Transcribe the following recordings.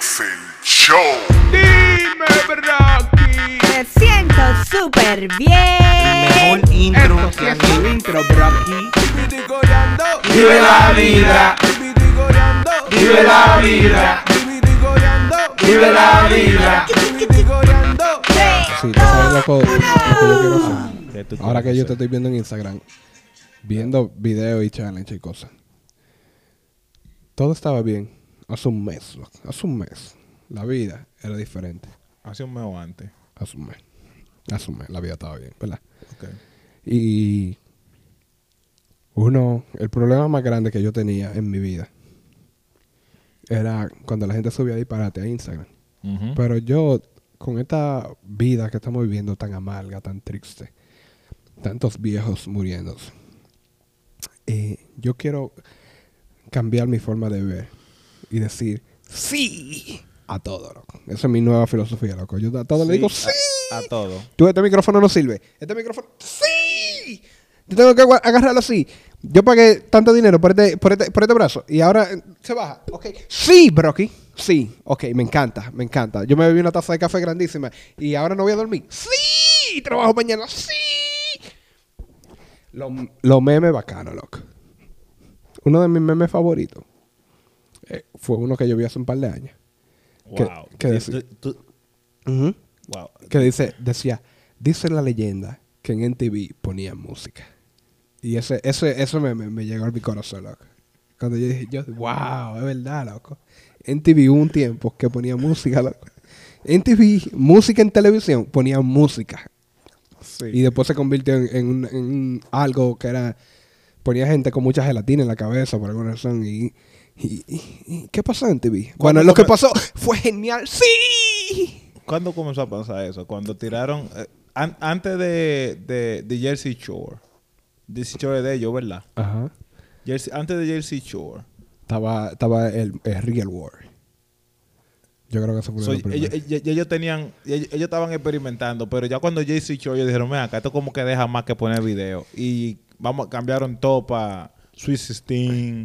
Es el show. Dime, Rocky. Me siento súper bien. Mejor intro Esto que sí es aquí. un intro, Rocky. Vive la vida. Vive la vida. Vive la vida. Sí, tú sabes lo que yo quiero hacer. ¿Qué tú Ahora que quieres yo te hacer? estoy viendo en Instagram, viendo videos y challenge y cosas. Todo estaba bien. Hace un mes, loco. Hace un mes. La vida era diferente. Hace un mes o antes. Hace un mes. Hace un mes. La vida estaba bien, ¿verdad? Ok. Y el problema más grande que yo tenía en mi vida era cuando la gente subía disparate a Instagram. Ujú. Pero yo, con esta vida que estamos viviendo tan amarga, tan triste, tantos viejos muriéndose, yo quiero cambiar mi forma de ver y decir sí a todo, loco. Esa es mi nueva filosofía, loco. Yo a todo le digo sí. A todo. Tú, este micrófono no sirve. Este micrófono, sí. Yo tengo que agarrarlo así. Yo pagué tanto dinero por este brazo y ahora se baja. Ok. Sí, Brocky. Sí. Ok, me encanta, me encanta. Yo me bebí una taza de café grandísima y ahora no voy a dormir. Sí. Trabajo mañana. Sí. Los memes bacanos, loco. Uno de mis memes favoritos fue uno que yo vi hace un par de años. ¿Qué- Wow. qué decir? Wow. Que decía, dice la leyenda que en NTV ponían música. Y eso me llegó a mi corazón, loco. Cuando yo dije, wow, es verdad, loco. NTV hubo un tiempo que ponía música, loco. NTV, música en televisión, ponía música. Sí. Y después se convirtió en algo que era, ponía gente con mucha gelatina en la cabeza por alguna razón. ¿Y qué pasó en NTV? Bueno, lo que pasó fue genial. ¡Sí! ¿Cuándo comenzó a pasar eso? Cuando tiraron... antes de Jersey Shore. Jersey Shore es de ellos, ¿verdad? Ajá. Antes de Jersey Shore. Estaba el Real War. Yo creo que eso fue So, lo primero. ellos tenían... Ellos estaban experimentando, pero ya cuando Jersey Shore ellos dijeron, mira, acá esto como que deja más que poner video. Y cambiaron todo para Sweet 16...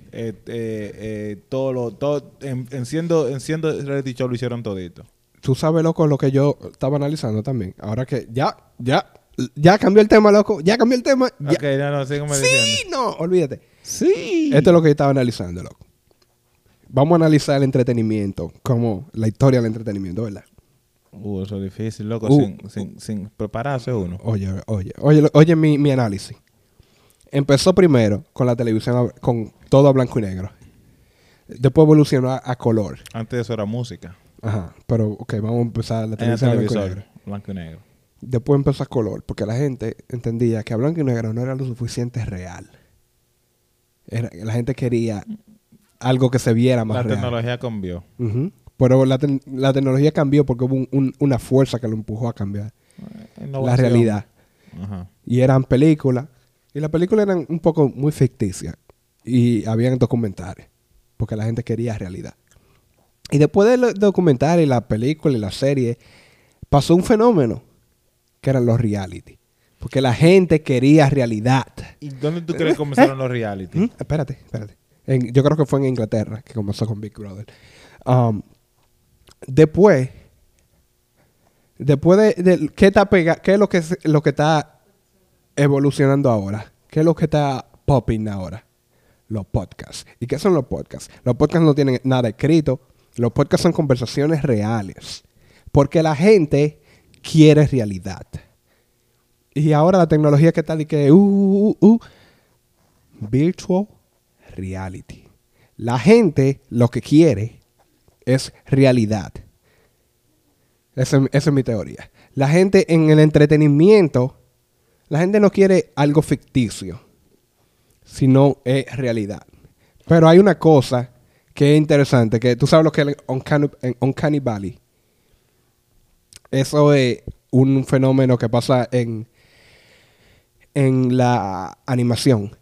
siendo reality show lo hicieron todito. Tú sabes, loco, lo que yo estaba analizando también. Ahora que ya cambió el tema, loco. Ya cambió el tema. Ya. Ok, no, sígueme Sí, diciendo. no, olvídate. Sí. Esto es lo que yo estaba analizando, loco. Vamos a analizar el entretenimiento, como la historia del entretenimiento, ¿verdad? Eso es difícil, loco, Uh. sin prepararse uno. Oye mi análisis. Empezó primero con la televisión, con todo a blanco y negro. Después evolucionó a color. Antes de eso era música. Ajá, pero ok, vamos a empezar la En el televisión a blanco y televisor, negro. blanco y negro. Después empezó a color, porque la gente entendía que a blanco y negro no era lo suficiente real. La gente quería algo que se viera más La real. tecnología cambió. Ujú. Pero la tecnología cambió porque hubo una fuerza que lo empujó a cambiar. La Innovación. realidad. Ajá. Y eran películas. Y las películas eran un poco muy ficticias. Y habían documentales. Porque la gente quería realidad. Y después de los documentales, la película y la serie, pasó un fenómeno. Que eran los reality. Porque la gente quería realidad. ¿Y dónde tú crees que comenzaron los reality? Espérate. Yo creo que fue en Inglaterra que comenzó con Big Brother. Después de ¿qué está qué es lo que está evolucionando ahora? ¿Qué es lo que está popping ahora? Los podcasts. ¿Y qué son los podcasts? Los podcasts no tienen nada escrito. Los podcasts son conversaciones reales. Porque la gente quiere realidad. Y ahora la tecnología que está de que virtual reality. La gente lo que quiere es realidad. Esa es mi teoría. La gente en el entretenimiento, la gente no quiere algo ficticio, sino es realidad. Pero hay una cosa que es interesante, que tú sabes lo que es el Uncanny Valley. Eso es un fenómeno que pasa en la animación.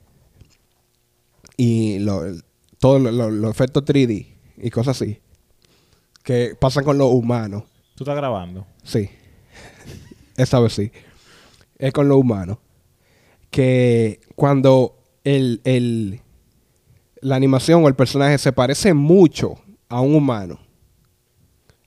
Y todos los efectos 3D y cosas así. Que pasan con los humanos. ¿Tú estás grabando? Sí. Esta vez sí. Es con los humanos. Que cuando la animación o el personaje se parece mucho a un humano,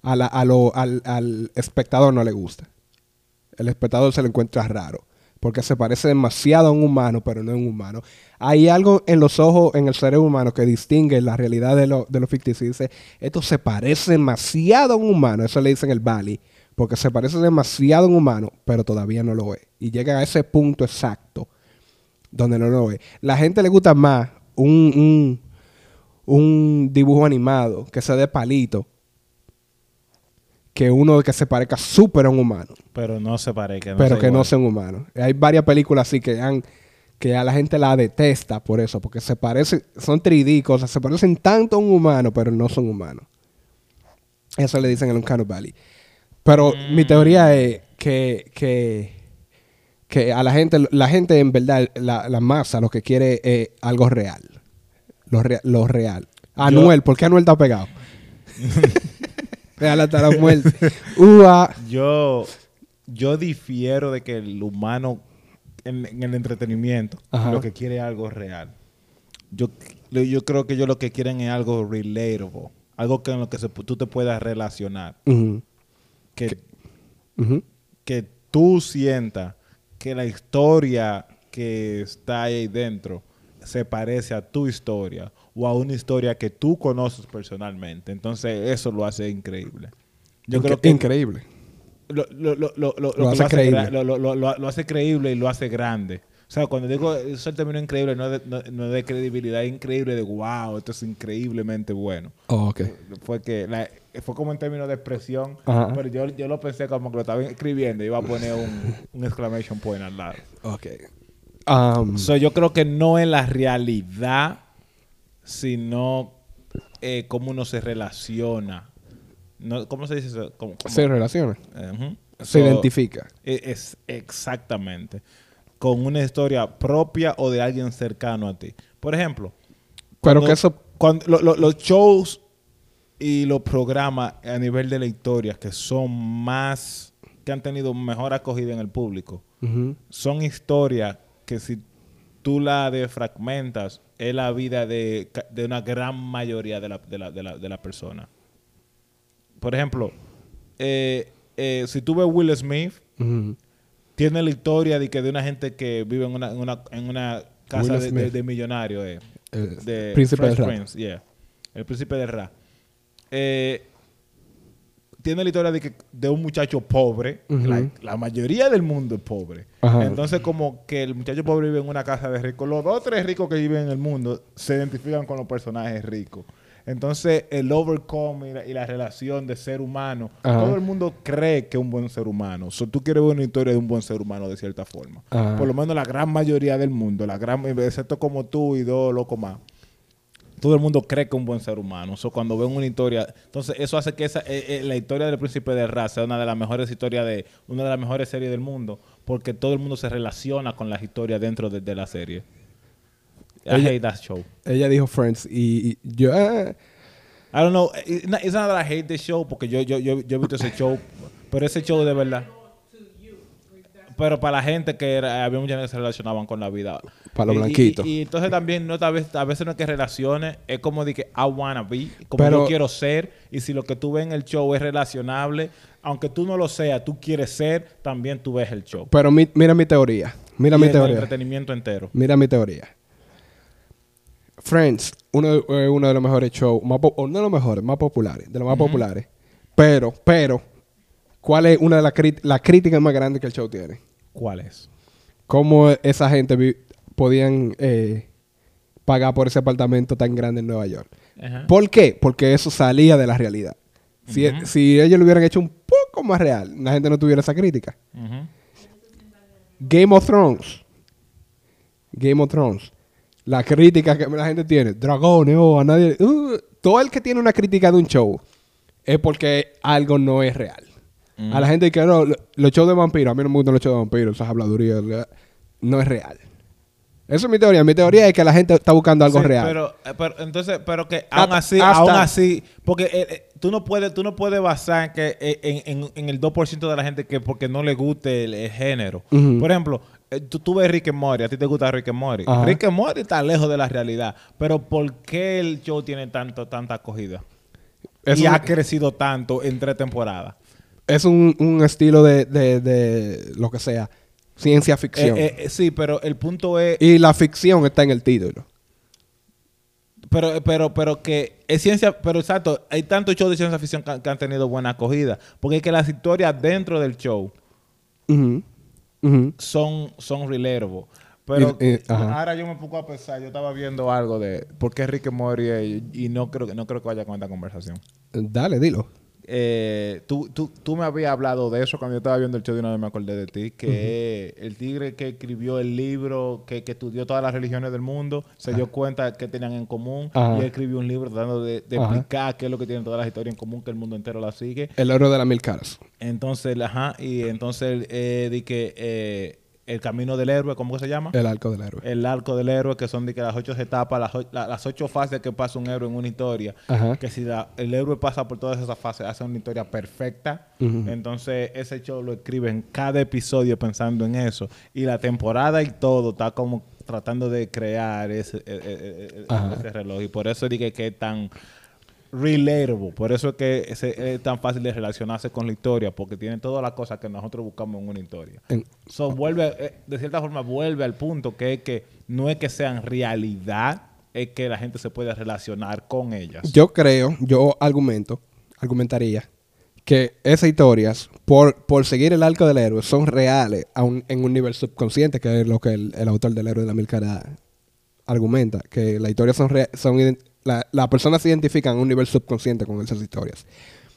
al espectador no le gusta. El espectador se lo encuentra raro. Porque se parece demasiado a un humano, pero no es un humano. Hay algo en los ojos, en el cerebro humano, que distingue la realidad de lo ficticio. Dice, esto se parece demasiado a un humano. Eso le dicen el Bali. Porque se parece demasiado a un humano, pero todavía no lo es. Y llega a ese punto exacto donde no lo es. La gente le gusta más un dibujo animado que sea de palito que uno que se parezca súper a un humano. Pero no se parezca. Pero que no sea un humano. Hay varias películas así que a la gente la detesta por eso, porque se parecen, son 3D cosas, se parecen tanto a un humano, pero no son humanos. Eso le dicen en Uncanny Valley. Pero mi teoría es que a la gente en verdad, la masa lo que quiere es algo real. Lo real. Anuel, ¿por qué Anuel está pegado? Real hasta la muerte. Yo difiero de que el humano en el entretenimiento lo que quiere es algo real. Yo creo que ellos lo que quieren es algo relatable. Algo en lo que tú te puedas relacionar. Que tú sientas que la historia que está ahí dentro se parece a tu historia o a una historia que tú conoces personalmente. Entonces, eso lo hace increíble. Yo creo que increíble. Lo hace creíble y lo hace grande. O sea, cuando digo eso el término increíble, no de credibilidad, es increíble de wow, esto es increíblemente bueno. Oh, ok. Fue como en términos de expresión, Ajá. pero yo lo pensé como que lo estaba escribiendo y iba a poner un exclamation point al lado. Ok. Yo creo que no es la realidad, sino cómo uno se relaciona. No, ¿cómo se dice eso? Se relaciona. Uh-huh. Se identifica. Es exactamente. Con una historia propia o de alguien cercano a ti. Por ejemplo, los shows y los programas a nivel de la historia que han tenido mejor acogida en el público, son historias que si tú la defragmentas es la vida de una gran mayoría de la persona. Por ejemplo, si tú ves Will Smith, tiene la historia de una gente que vive en una casa de millonario. De Príncipe del Rap. Prince, yeah. El príncipe del rap. Tiene la historia de un muchacho pobre. La mayoría del mundo es pobre. Ajá. Entonces, como que el muchacho pobre vive en una casa de ricos. Los 2 o 3 ricos que viven en el mundo se identifican con los personajes ricos. Entonces, el overcome y la relación de ser humano, todo el mundo cree que es un buen ser humano. Tú quieres ver una historia de un buen ser humano de cierta forma. Por lo menos la gran mayoría del mundo, excepto como tú y 2 locos más. Todo el mundo cree que es un buen ser humano. Cuando ven una historia, entonces eso hace que la historia del Príncipe del Rap sea una de las mejores historias una de las mejores series del mundo, porque todo el mundo se relaciona con las historias dentro de la serie. I hate that show. Ella dijo Friends y yo... I don't know. It's not that I hate the show, porque yo he visto ese show, pero ese show de verdad. Pero para la gente había mucha gente que se relacionaban con la vida. Para los blanquitos. Y entonces también, a veces no es que relaciones, es como de que I wanna be, como pero, yo quiero ser, y si lo que tú ves en el show es relacionable, aunque tú no lo seas, tú quieres ser, también tú ves el show. Pero mira mi teoría. Mira mi teoría. El entretenimiento entero. Mira mi teoría. Friends, uno de los mejores shows, no de los mejores, más populares, de los más populares. Pero, ¿cuál es una de las críticas más grandes que el show tiene? ¿Cuál es? ¿Cómo esa gente podían pagar por ese apartamento tan grande en Nueva York? ¿Por qué? Porque eso salía de la realidad. Si ellos lo hubieran hecho un poco más real, la gente no tuviera esa crítica. Game of Thrones. La crítica que la gente tiene, dragones, a nadie... todo el que tiene una crítica de un show es porque algo no es real. A la gente que no, los shows de vampiros, a mí no me gustan los shows de vampiros, esas habladurías, no es real. Esa es mi teoría. Mi teoría es que la gente está buscando algo real. Pero que aún así, porque tú no puedes basar en el 2% de la gente que porque no le guste el género. Por ejemplo, tú ves Rick and Morty, a ti te gusta Rick and Morty. Rick and Morty está lejos de la realidad. Pero ¿por qué el show tiene tanta acogida? y ha crecido tanto en 3 temporadas. Es un estilo de lo que sea, ciencia ficción. Sí, pero el punto es... Y la ficción está en el título. Pero que es ciencia... Pero exacto, hay tantos shows de ciencia ficción que han tenido buena acogida. Porque es que las historias dentro del show son relatable. Pero ahora yo me pongo a pensar, yo estaba viendo algo de por qué Rick and Morty y no creo que vaya con esta conversación. Dale, dilo. Tú me habías hablado de eso cuando yo estaba viendo el show, de una vez me acordé de ti, que el tigre que escribió el libro, que estudió todas las religiones del mundo, se dio cuenta que tenían en común y él escribió un libro tratando de explicar qué es lo que tienen todas las historias en común, que el mundo entero la sigue. El oro de las 1000 caras. Entonces, di que el camino del héroe, ¿cómo que se llama? El arco del héroe. El arco del héroe, que son de que las 8 etapas, las 8 fases que pasa un héroe en una historia. Que si el héroe pasa por todas esas fases, hace una historia perfecta. Entonces, ese show lo escribe en cada episodio pensando en eso. Y la temporada y todo está como tratando de crear ese reloj. Y por eso dije que es tan relatable. Por eso es que es tan fácil de relacionarse con la historia, porque tiene todas las cosas que nosotros buscamos en una historia. De cierta forma, vuelve al punto que es que no es que sean realidad, es que la gente se puede relacionar con ellas. Yo argumentaría que esas historias, por seguir el arco del héroe, son reales en un nivel subconsciente, que es lo que el autor del héroe de la 1000 caras argumenta, que las historias son las personas se identifican en un nivel subconsciente con esas historias.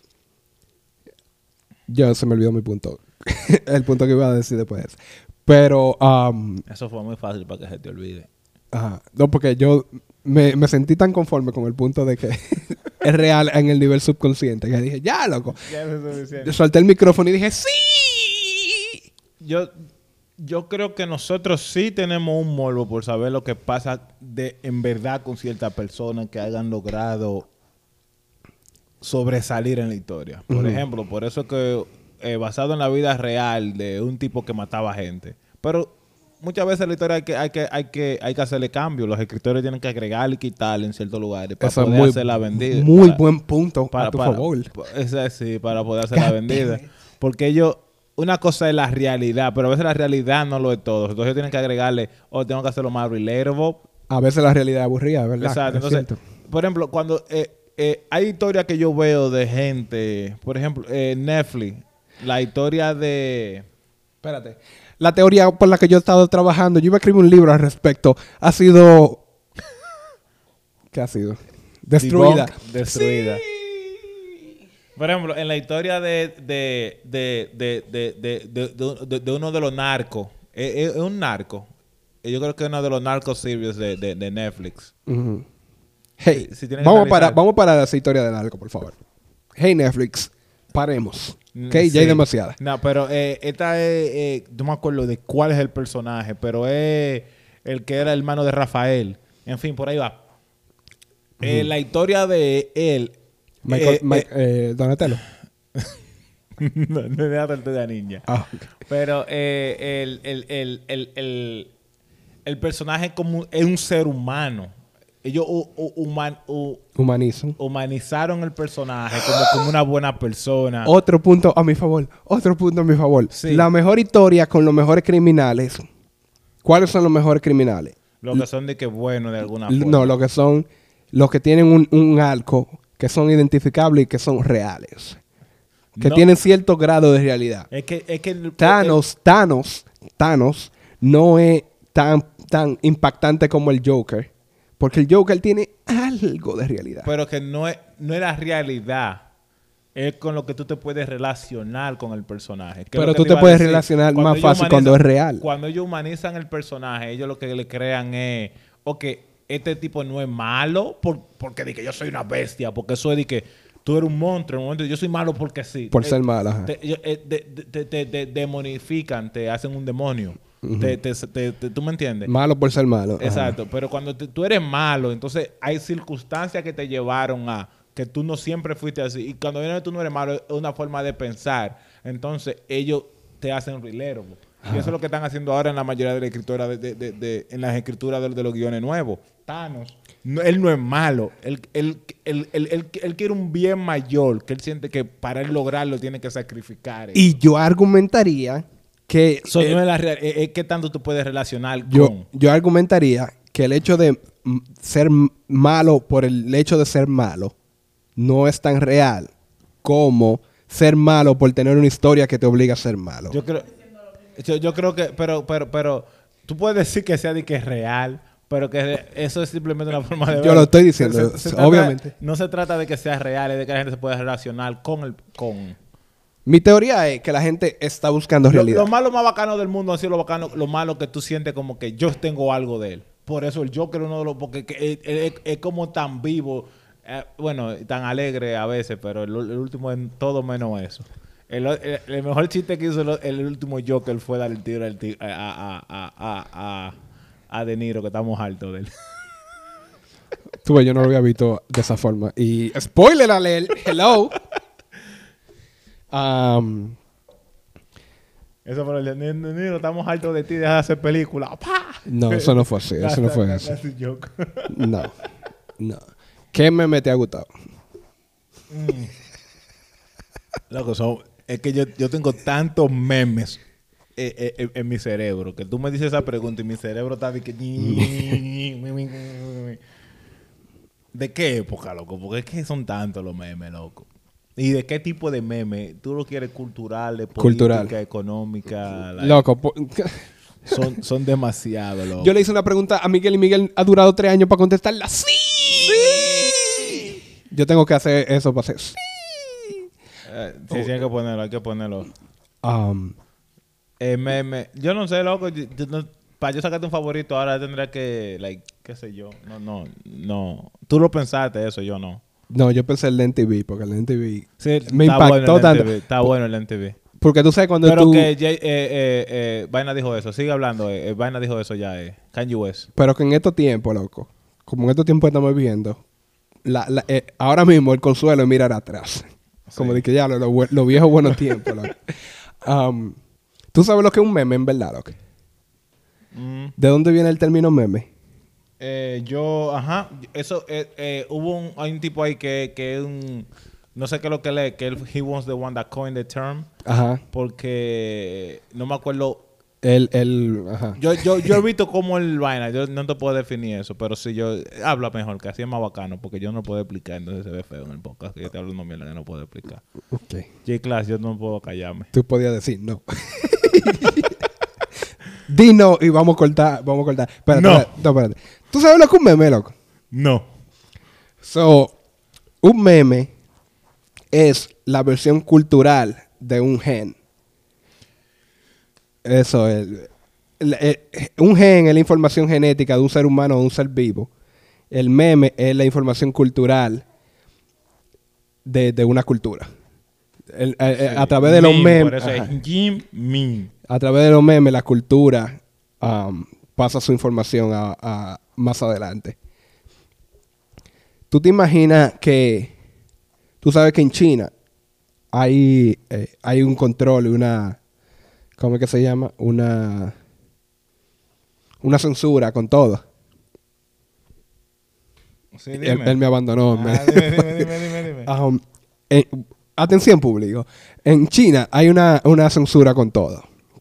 Ya se me olvidó mi punto. El punto que iba a decir después. Pero... eso fue muy fácil para que se te olvide. No, porque yo me sentí tan conforme con el punto de que es real en el nivel subconsciente que dije, ya, loco. Ya eso es suficiente. Solté el micrófono y dije, ¡sí! Yo creo que nosotros sí tenemos un morbo por saber lo que pasa en verdad con ciertas personas que hayan logrado sobresalir en la historia. Por ejemplo, por eso que basado en la vida real de un tipo que mataba gente. Pero muchas veces la historia hay que hacerle cambios. Los escritores tienen que agregar y quitarle en ciertos lugares para poder hacerla vendida. Muy buen punto, a tu favor. Sí, para poder hacerla vendida. Porque una cosa es la realidad, pero a veces la realidad no lo es todo. Entonces tienen que agregarle, tengo que hacerlo más relatable. A veces la realidad es aburrida, ¿verdad? Exacto. Entonces, por ejemplo, cuando hay historias que yo veo de gente, por ejemplo, Netflix, la historia de... Espérate. La teoría por la que yo he estado trabajando, yo iba a escribir un libro al respecto, ha sido... ¿Qué ha sido? Destruida. Destruida. Sí. Por ejemplo, en la historia de uno de los narcos, es un narco. Yo creo que es uno de los narcos series de Netflix. Hey, vamos a parar esa historia de narco, por favor. Hey, Netflix, paremos. Ok, sí. Ya hay demasiada. No, pero esta es... no me acuerdo de cuál es el personaje, pero es el que era hermano de Rafael. En fin, por ahí va. La historia de él... Donatello. No es de la Tortuga Ninja. Okay. Pero el personaje es un ser humano. Ellos humanizaron el personaje como una buena persona. Otro punto a mi favor. Sí. La mejor historia con los mejores criminales. ¿Cuáles son los mejores criminales? Los que son de que bueno de alguna forma. No, los que son... Los que tienen un arco... que son identificables y que son reales. Que tienen cierto grado de realidad. Es que Thanos no es tan impactante como el Joker. Porque el Joker tiene algo de realidad. Pero que no es la realidad. Es con lo que tú te puedes relacionar con el personaje. Pero tú te puedes relacionar más fácil cuando es real. Cuando ellos humanizan el personaje, ellos lo que le crean es... este tipo no es malo porque de que yo soy una bestia, porque eso es de que tú eres un monstruo. En un momento yo soy malo porque sí. Por ser malo. Te demonifican, te hacen un demonio. ¿Tú me entiendes? Malo por ser malo. Exacto. Pero cuando tú eres malo, entonces hay circunstancias que te llevaron a que tú no siempre fuiste así. Y cuando viene tú no eres malo, es una forma de pensar. Entonces ellos te hacen relatable. Y eso es lo que están haciendo ahora en la mayoría de las escrituras en las escrituras de los guiones nuevos. Thanos él no es malo. Él quiere un bien mayor, que él siente que para él lograrlo tiene que sacrificar. Y yo argumentaría que... Eso no es la es que tanto tú puedes relacionar yo, con... yo argumentaría que el hecho de ser malo por el hecho de ser malo no es tan real como ser malo por tener una historia que te obliga a ser malo. Yo creo que... Pero tú puedes decir que sea de que es real, pero que eso es simplemente una forma de ver. Yo lo estoy diciendo, obviamente. No se trata de que sea real, es de que la gente se puede relacionar con Mi teoría es que la gente está buscando realidad. Lo malo más bacano del mundo ha sido lo malo que tú sientes como que yo tengo algo de él. Por eso el Joker es uno de los... Porque es como tan vivo, bueno, tan alegre a veces, pero el último es todo menos eso. El mejor chiste que hizo el último Joker fue dar el tiro a De Niro, que estamos hartos de él. Tú ves, yo no lo había visto de esa forma. Y spoiler alert, hello. Eso fue el de Niro, estamos hartos de ti, deja de hacer películas. No, eso no fue así. Eso no fue eso. No, no. ¿Qué meme te ha gustado? Loco, es que yo tengo tantos memes en mi cerebro que tú me dices esa pregunta y mi cerebro está de que... ¿De qué época, loco? Porque es que son tantos los memes, loco. ¿Y de qué tipo de meme? ¿Tú lo quieres culturales, política, económica? Loco, son demasiado, loco. Yo le hice una pregunta a Miguel y Miguel ha durado 3 años para contestarla. ¡Sí! Yo tengo que hacer eso para hacer... ¡Sí! Sí, hay que ponerlo, hay que ponerlo. Meme. Yo no sé, loco. Para yo sacarte un favorito, ahora tendría que, qué sé yo. No. Tú lo pensaste eso, yo no. No, yo pensé en el NTV, porque el NTV sí, me impactó tanto. Está bueno el NTV. Porque tú sabes cuando pero tú... Pero que Vaina dijo eso. Sigue hablando. Vaina dijo eso ya. Kanye West. Pero que en estos tiempos, loco, como en estos tiempos estamos viviendo, ahora mismo el consuelo es mirar atrás. Como de que ya, los viejos buenos tiempos, loco. ¿Tú sabes lo que es un meme, en verdad, loco? ¿De dónde viene el término meme? Eso, hay un tipo ahí que es un... No sé qué es lo que lee, que he was the one that coined the term. Ajá. Porque no me acuerdo... Ajá. Yo he visto cómo el vaina, yo no te puedo definir eso, pero si yo hablo mejor, que así es más bacano, porque yo no puedo explicar, entonces se ve feo en el podcast, que yo te hablo una mierda que no puedo explicar. Ok. J-Class, yo no puedo callarme. Tú podías decir no. Di no y vamos a cortar. Espérate. ¿Tú sabes lo que es un meme, loco? No. Un meme es la versión cultural de un gen. Eso es. Un gen es la información genética de un ser humano o de un ser vivo. El meme es la información cultural de una cultura. A través de los memes. Por eso es meme. A través de los memes, la cultura pasa su información a más adelante. ¿Tú te imaginas que... Tú sabes que en China hay un control y una... ¿Cómo es que se llama? Una censura con todo. Sí, Él me abandonó. Dime. Atención, público. En China hay una censura con todo.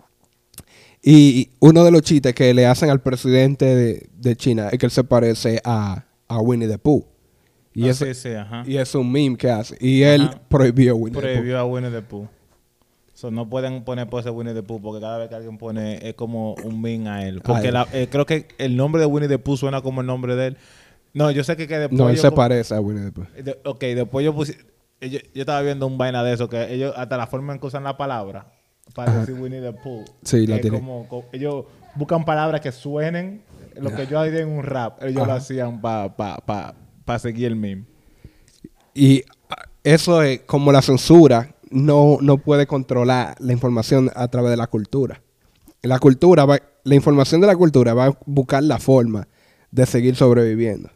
Y uno de los chistes que le hacen al presidente de China es que él se parece a Winnie the Pooh. Y es un meme que hace. Y él prohibió a Winnie the Pooh. Prohibió a Winnie the Pooh. No pueden poner pose Winnie the Pooh porque cada vez que alguien pone es como un meme a él. Porque creo que el nombre de Winnie the Pooh suena como el nombre de él. No, yo sé que después... No, él se parece a Winnie the Pooh. Ok, después yo puse... Yo estaba viendo un vaina de eso que ellos, hasta la forma en que usan la palabra para decir Winnie the Pooh. Sí, la tiene. Ellos buscan palabras que suenen lo que yo haría en un rap. Ellos lo hacían para seguir el meme. Y eso es como la censura no puede controlar la información a través de la cultura. La información de la cultura va a buscar la forma de seguir sobreviviendo.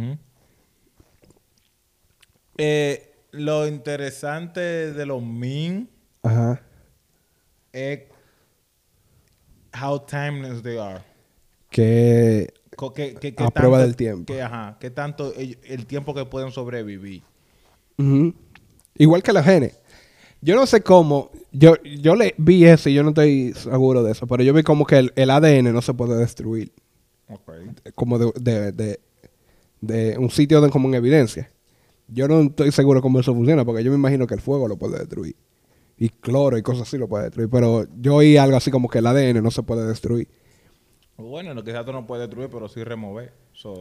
Lo interesante de los memes es how timeless they are. Que qué prueba del tiempo. Qué tanto el tiempo que pueden sobrevivir. Ujú. Igual que los genes. Yo no sé cómo. Yo le vi eso y yo no estoy seguro de eso. Pero yo vi como que el ADN no se puede destruir. Okay. Como de un sitio de como en evidencia. Yo no estoy seguro cómo eso funciona. Porque yo me imagino que el fuego lo puede destruir. Y cloro y cosas así lo puede destruir. Pero yo oí algo así como que el ADN no se puede destruir. Bueno, lo que quizás tú no puedes destruir, pero sí remover.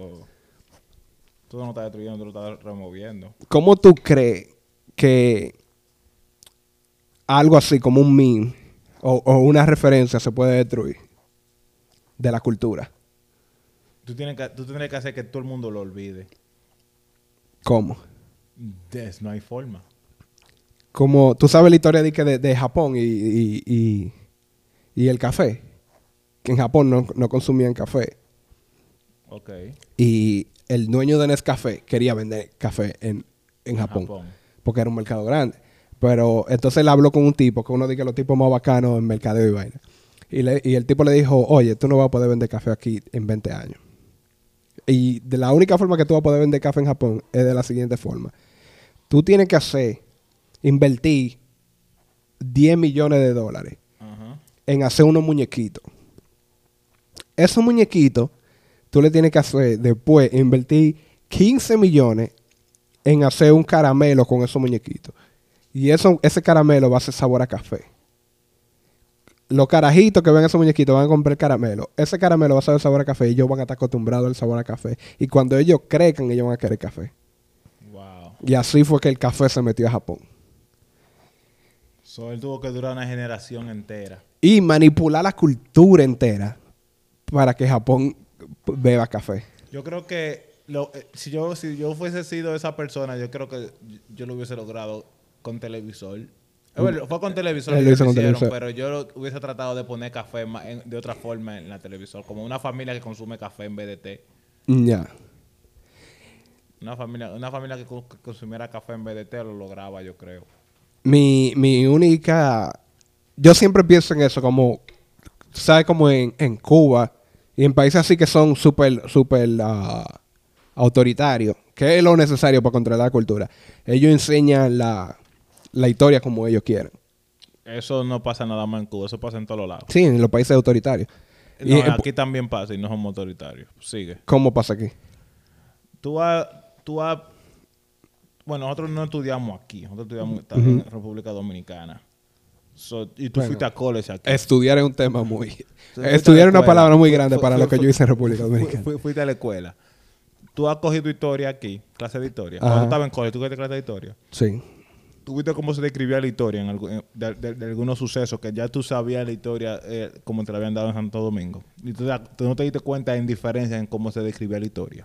Tú no estás destruyendo, tú lo estás removiendo. ¿Cómo tú crees que algo así como un meme o una referencia se puede destruir de la cultura? Tú tienes que hacer que todo el mundo lo olvide. ¿Cómo? No hay forma. Como tú sabes la historia de Japón y el café. Que en Japón no consumían café. Ok. Y el dueño de Nescafé quería vender café en Japón. Porque era un mercado grande. Pero entonces él habló con un tipo, que uno de los tipos más bacanos en mercadeo y vaina. Y el tipo le dijo, oye, tú no vas a poder vender café aquí en 20 años. Y de la única forma que tú vas a poder vender café en Japón es de la siguiente forma. Tú tienes que invertir $10 millones Ajá. en hacer unos muñequitos. Esos muñequitos, tú le tienes que hacer después invertir 15 millones en hacer un caramelo con esos muñequitos. Y ese caramelo va a hacer sabor a café. Los carajitos que ven esos muñequitos van a comprar caramelo. Ese caramelo va a saber sabor a café y ellos van a estar acostumbrados al sabor a café. Y cuando ellos crezcan, ellos van a querer café. Wow. Y así fue que el café se metió a Japón. Él tuvo que durar una generación entera. Y manipular la cultura entera para que Japón beba café. Yo creo que si yo fuese sido esa persona, yo creo que yo lo hubiese logrado con televisor. Bueno, fue con televisor Él que lo hizo lo con hicieron, televisor. pero yo hubiese tratado de poner café de otra forma en la televisor, como una familia que consume café en vez de té. Ya. Una familia que consumiera café en vez de té lo lograba, yo creo. Mi única... Yo siempre pienso en eso como... ¿Sabes? Como en Cuba y en países así que son súper autoritarios. Que es lo necesario para controlar la cultura. Ellos enseñan la historia como ellos quieren. Eso no pasa nada más en Cuba, eso pasa en todos lados. Sí, en los países autoritarios. No, Y, aquí también pasa y no somos autoritarios. Sigue. ¿Cómo pasa aquí? Bueno, nosotros no estudiamos aquí. Nosotros estudiamos en República Dominicana. Y tú fuiste a college aquí. Estudiar es un tema muy... Fuiste Estudiar a es la una palabra muy escuela. grande para lo que yo hice en República Dominicana. Fuiste a la escuela. Tú has cogido historia aquí, clase de historia. Ajá. Cuando estabas en college, ¿tú cogiste clase de historia? Sí. ¿Tú viste cómo se describía la historia de algunos sucesos que ya tú sabías la historia como te la habían dado en Santo Domingo? Y tú no te diste cuenta en diferencia en cómo se describía la historia.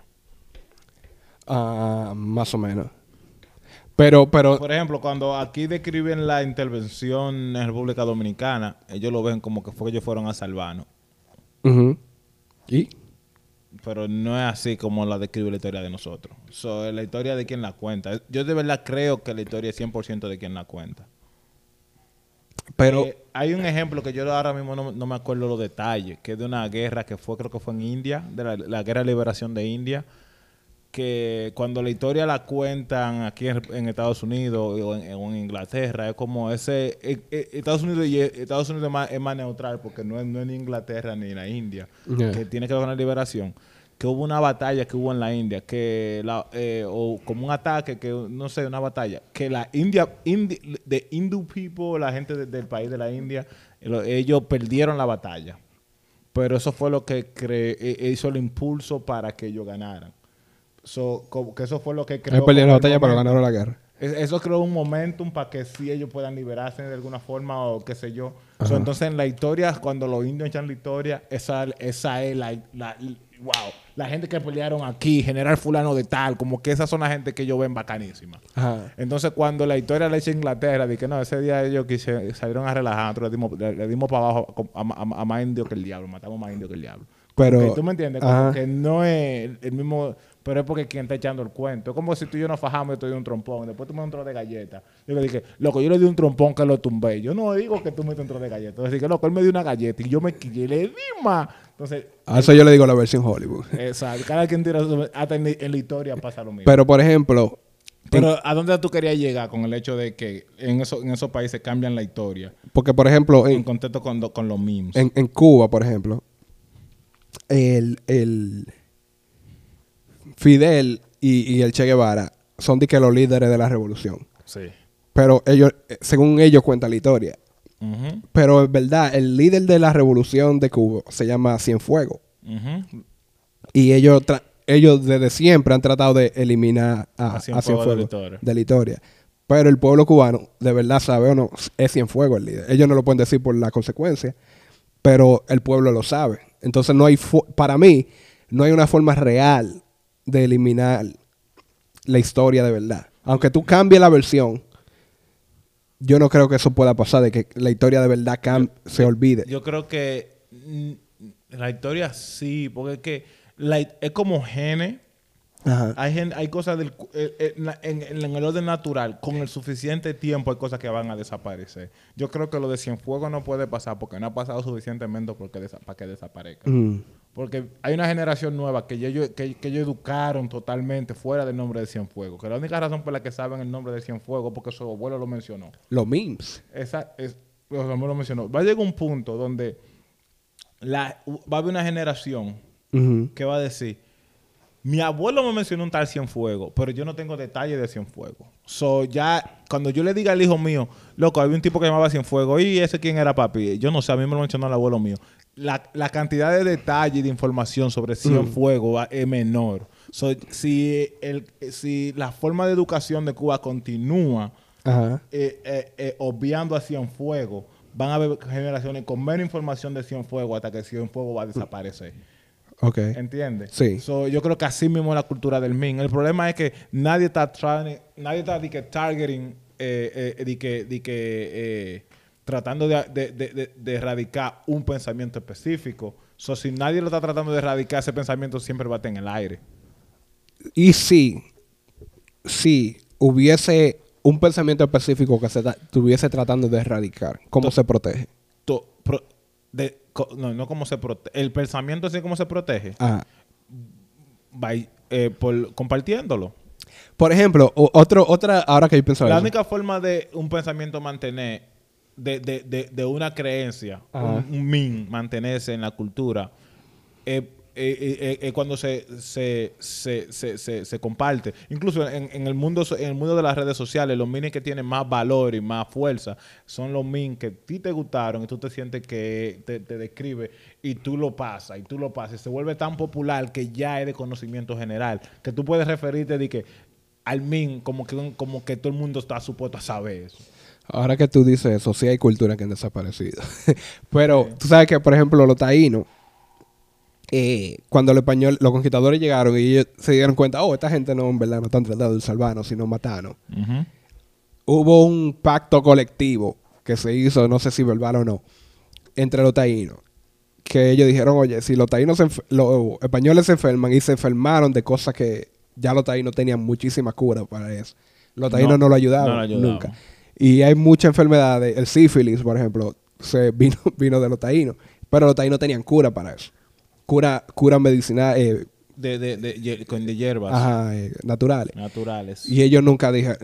Más o menos. Pero... Por ejemplo, cuando aquí describen la intervención en República Dominicana, ellos lo ven como que fue que ellos fueron a salvarnos. Ujú. ¿Y? Pero no es así como la describe la historia de nosotros. La historia de quien la cuenta. Yo de verdad creo que la historia es 100% de quien la cuenta. Pero... Hay un ejemplo que yo ahora mismo no me acuerdo los detalles, que es de una guerra que creo que fue en India, de la guerra de liberación de India, que cuando la historia la cuentan aquí en Estados Unidos o en Inglaterra, es como Estados Unidos es más neutral porque no es ni Inglaterra ni la India, Yeah. que tiene que ver con la liberación. Que hubo una batalla que hubo en la India, o como un ataque, que no sé, una batalla, que la the Hindu people, la gente del país de la India, ellos perdieron la batalla. Pero eso fue lo que hizo el impulso para que ellos ganaran. Que eso fue lo que creó. Ellos perdieron la el batalla, pero momento. ganaron la guerra. Eso creó un momentum para que sí ellos puedan liberarse de alguna forma o qué sé yo. Entonces, en la historia, cuando los indios echan la historia, esa es la gente que pelearon aquí, general fulano de tal, como que esas son la gente que ellos ven bacanísima. Ajá. Entonces, cuando la historia la echa Inglaterra, de que no, ese día ellos salieron a relajar, nosotros le dimos para abajo a más indios que el diablo, matamos más indios que el diablo. Pero... ¿Tú me entiendes? Como que no es el mismo... Pero es porque quien está echando el cuento. Es como si tú y yo nos fajamos y yo te doy un trompón. Después tú me das un trozo de galleta. Yo le dije, loco, yo le di un trompón que lo tumbé. Yo no digo que tú me des un trozo de galleta. Yo dije, loco, él me dio una galleta y yo le di más Entonces, A eso yo le digo la versión Hollywood. exacto. Cada quien tira hasta en la historia pasa lo mismo. Pero, por ejemplo, Pero ¿a dónde tú querías llegar con el hecho de que en esos países cambian la historia? porque, por ejemplo, En contexto con los memes. en Cuba, por ejemplo, el Fidel y el Che Guevara son de que los líderes de la revolución. Sí. Pero ellos, según ellos cuentan la historia. Ujú, Pero es verdad, el líder de la revolución de Cuba se llama Cienfuegos. ujú. Y ellos desde siempre han tratado de eliminar a Cienfuegos Cienfuegos de la historia. Pero el pueblo cubano, de verdad sabe o no, es Cienfuegos el líder. Ellos no lo pueden decir por la consecuencia, pero el pueblo lo sabe. Entonces no hay, para mí, no hay una forma real de eliminar la historia de verdad. Aunque tú cambies la versión, yo no creo que eso pueda pasar, de que la historia de verdad se olvide. Yo creo que la historia sí, porque es que es como genes. Ajá. Hay cosas en el orden natural, con el suficiente tiempo hay cosas que van a desaparecer. Yo creo que lo de Cienfuegos no puede pasar porque no ha pasado suficientemente para que desaparezca. Mm. Porque hay una generación nueva que ellos educaron totalmente fuera del nombre de Cienfuegos. Que la única razón por la que saben el nombre de Cienfuegos es porque su abuelo lo mencionó. Los memes. Su abuelo lo mencionó. Va a llegar un punto donde va a haber una generación Ujú. que va a decir: mi abuelo me mencionó un tal Cienfuegos, pero yo no tengo detalles de Cienfuegos. Ya, cuando yo le diga al hijo mío, loco, había un tipo que llamaba Cienfuegos, ¿y ese quién era, papi? Yo no sé, a mí me lo mencionó el abuelo mío. La cantidad de detalle y de información sobre Cienfuegos es menor. Si la forma de educación de Cuba continúa Ajá. obviando a Cienfuegos, van a haber generaciones con menos información de Cienfuegos hasta que Cienfuegos va a desaparecer. Ok. ¿Entiendes? Sí. Yo creo que así mismo es la cultura del meme. El problema es que nadie está targeting, tratando de erradicar un pensamiento específico. Si nadie lo está tratando de erradicar, ese pensamiento siempre va a estar en el aire. Y si hubiese un pensamiento específico que se estuviese tratando de erradicar, ¿cómo se protege? No cómo se protege. El pensamiento así como se protege. Ajá. Compartiéndolo. Por ejemplo, otra, ahora que yo pienso La eso. única forma de un pensamiento mantener, de una creencia, Ajá. un meme, mantenerse en la cultura, cuando se comparte. Incluso en el mundo de las redes sociales, los memes que tienen más valor y más fuerza son los memes que a ti te gustaron y tú te sientes que te describe y tú lo pasas, y se vuelve tan popular que ya es de conocimiento general, que tú puedes referirte al meme como que todo el mundo está supuesto a saber eso. Ahora que tú dices eso, sí hay culturas que han desaparecido. Pero tú sabes que, por ejemplo, los taínos, cuando los conquistadores llegaron y ellos se dieron cuenta, esta gente no, en verdad, no están tratando de salvarnos, sino matarnos. Uh-huh. Hubo un pacto colectivo que se hizo, no sé si verbal o no, entre los taínos. Que ellos dijeron, oye, si los españoles se enferman y se enfermaron de cosas que ya los taínos tenían muchísima cura para eso. Los taínos no lo ayudaban nunca. Y hay muchas enfermedades, el sífilis, por ejemplo, vino de los taínos. Pero los taínos tenían cura para eso. Cura medicinal. De hierbas. Ajá, naturales. Naturales. Y ellos nunca que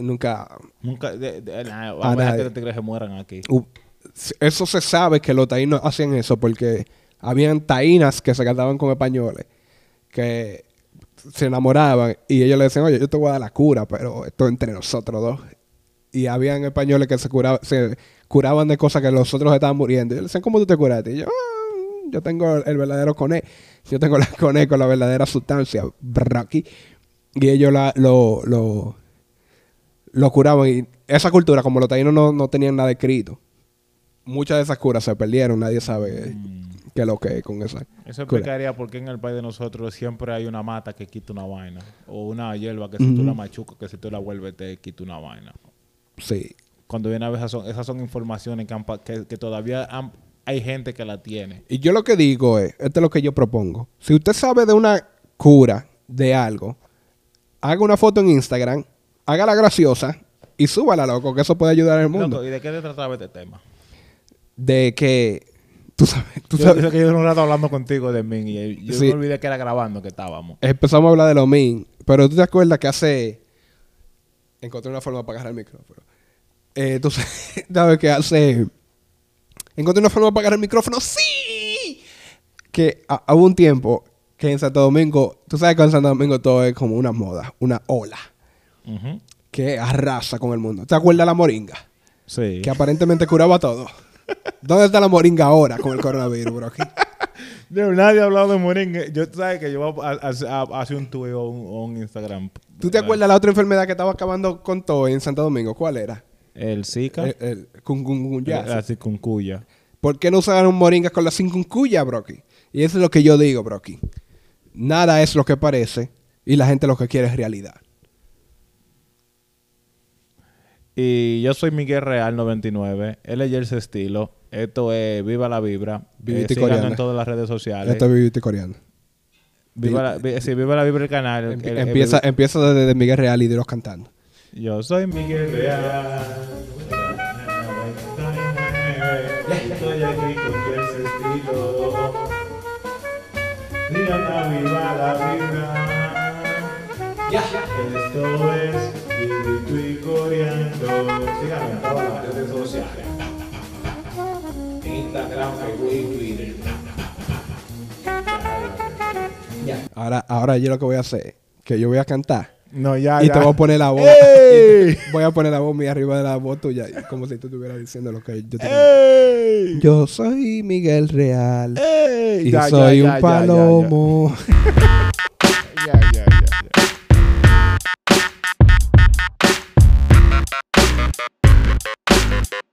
se mueran aquí. Eso se sabe que los taínos hacían eso porque habían taínas que se casaban con españoles que se enamoraban y ellos le decían, oye, yo te voy a dar la cura, pero esto es entre nosotros dos. Y habían españoles que se curaban de cosas que los otros estaban muriendo. Y ellos le decían, ¿cómo tú te curaste? Y yo tengo el verdadero coné. Yo tengo la coné con la verdadera sustancia. Braqui. Y ellos lo curaban. Y esa cultura, como los taínos no tenían nada escrito, muchas de esas curas se perdieron. Nadie sabe qué es lo que es con esa Eso cura. explicaría por qué en el país de nosotros siempre hay una mata que quita una vaina. O una hierba que si tú la machucas, que si tú la vuelves te quita una vaina. Sí. Cuando viene a ver, esas son informaciones que todavía hay gente que la tiene. Y yo lo que digo esto es lo que yo propongo. Si usted sabe de una cura de algo, haga una foto en Instagram, hágala graciosa y súbala, loco, que eso puede ayudar al mundo. Loco, ¿y de qué te trataba este tema? De que Tú sabes. Yo sé que yo un rato hablando contigo de Min y yo Sí. me olvidé que era grabando que estábamos. Empezamos a hablar de lo min. Pero tú te acuerdas que hace... Encontré una forma para agarrar el micrófono. Tú sabes que hace... Encontré una forma para agarrar el micrófono. ¡Sí! Que hubo un tiempo que en Santo Domingo... Tú sabes que en Santo Domingo todo es como una moda. Una ola. Ujú. Que arrasa con el mundo. ¿Te acuerdas de la moringa? Sí. Que aparentemente curaba todo. ¿Dónde está la moringa ahora con el coronavirus, bro? Nadie ha hablado de moringa. Yo, tú sabes que yo voy a hacer un tuit o un Instagram. ¿Tú te acuerdas de la otra enfermedad que estaba acabando con todo en Santo Domingo? ¿Cuál era? El Zika. El kunkunkunya. La chikungunya. ¿Por qué no usaron moringas con la chikungunya, broki? Y eso es lo que yo digo, broki. Nada es lo que parece y la gente lo que quiere es realidad. Y yo soy Miguel Real 99. Él es Jersey Estilo. Esto es Viva la Vibra. Viviti Síganos coreana. en todas las redes sociales. Esto es vivir coreano. Viva la Vibra el canal. Empieza desde Miguel Real y de los cantando. Yo soy Miguel Real. Estoy aquí con Jersey Estilo. Viva la Vibra. Esto es Vivito y Coreando. Síganme en todas las redes sociales. Instagram, Facebook y Twitter. Ahora yo lo que voy a hacer, que yo voy a cantar No, ya, y ya. te voy a poner la voz. ¡Ey! Voy a poner la voz mía arriba de la voz tuya, como si tú estuvieras diciendo lo que yo te digo. ¡Ey! Yo soy Miguel Real ¡Ey! y Ya, soy ya, un ya, ya, ya, ya. palomo.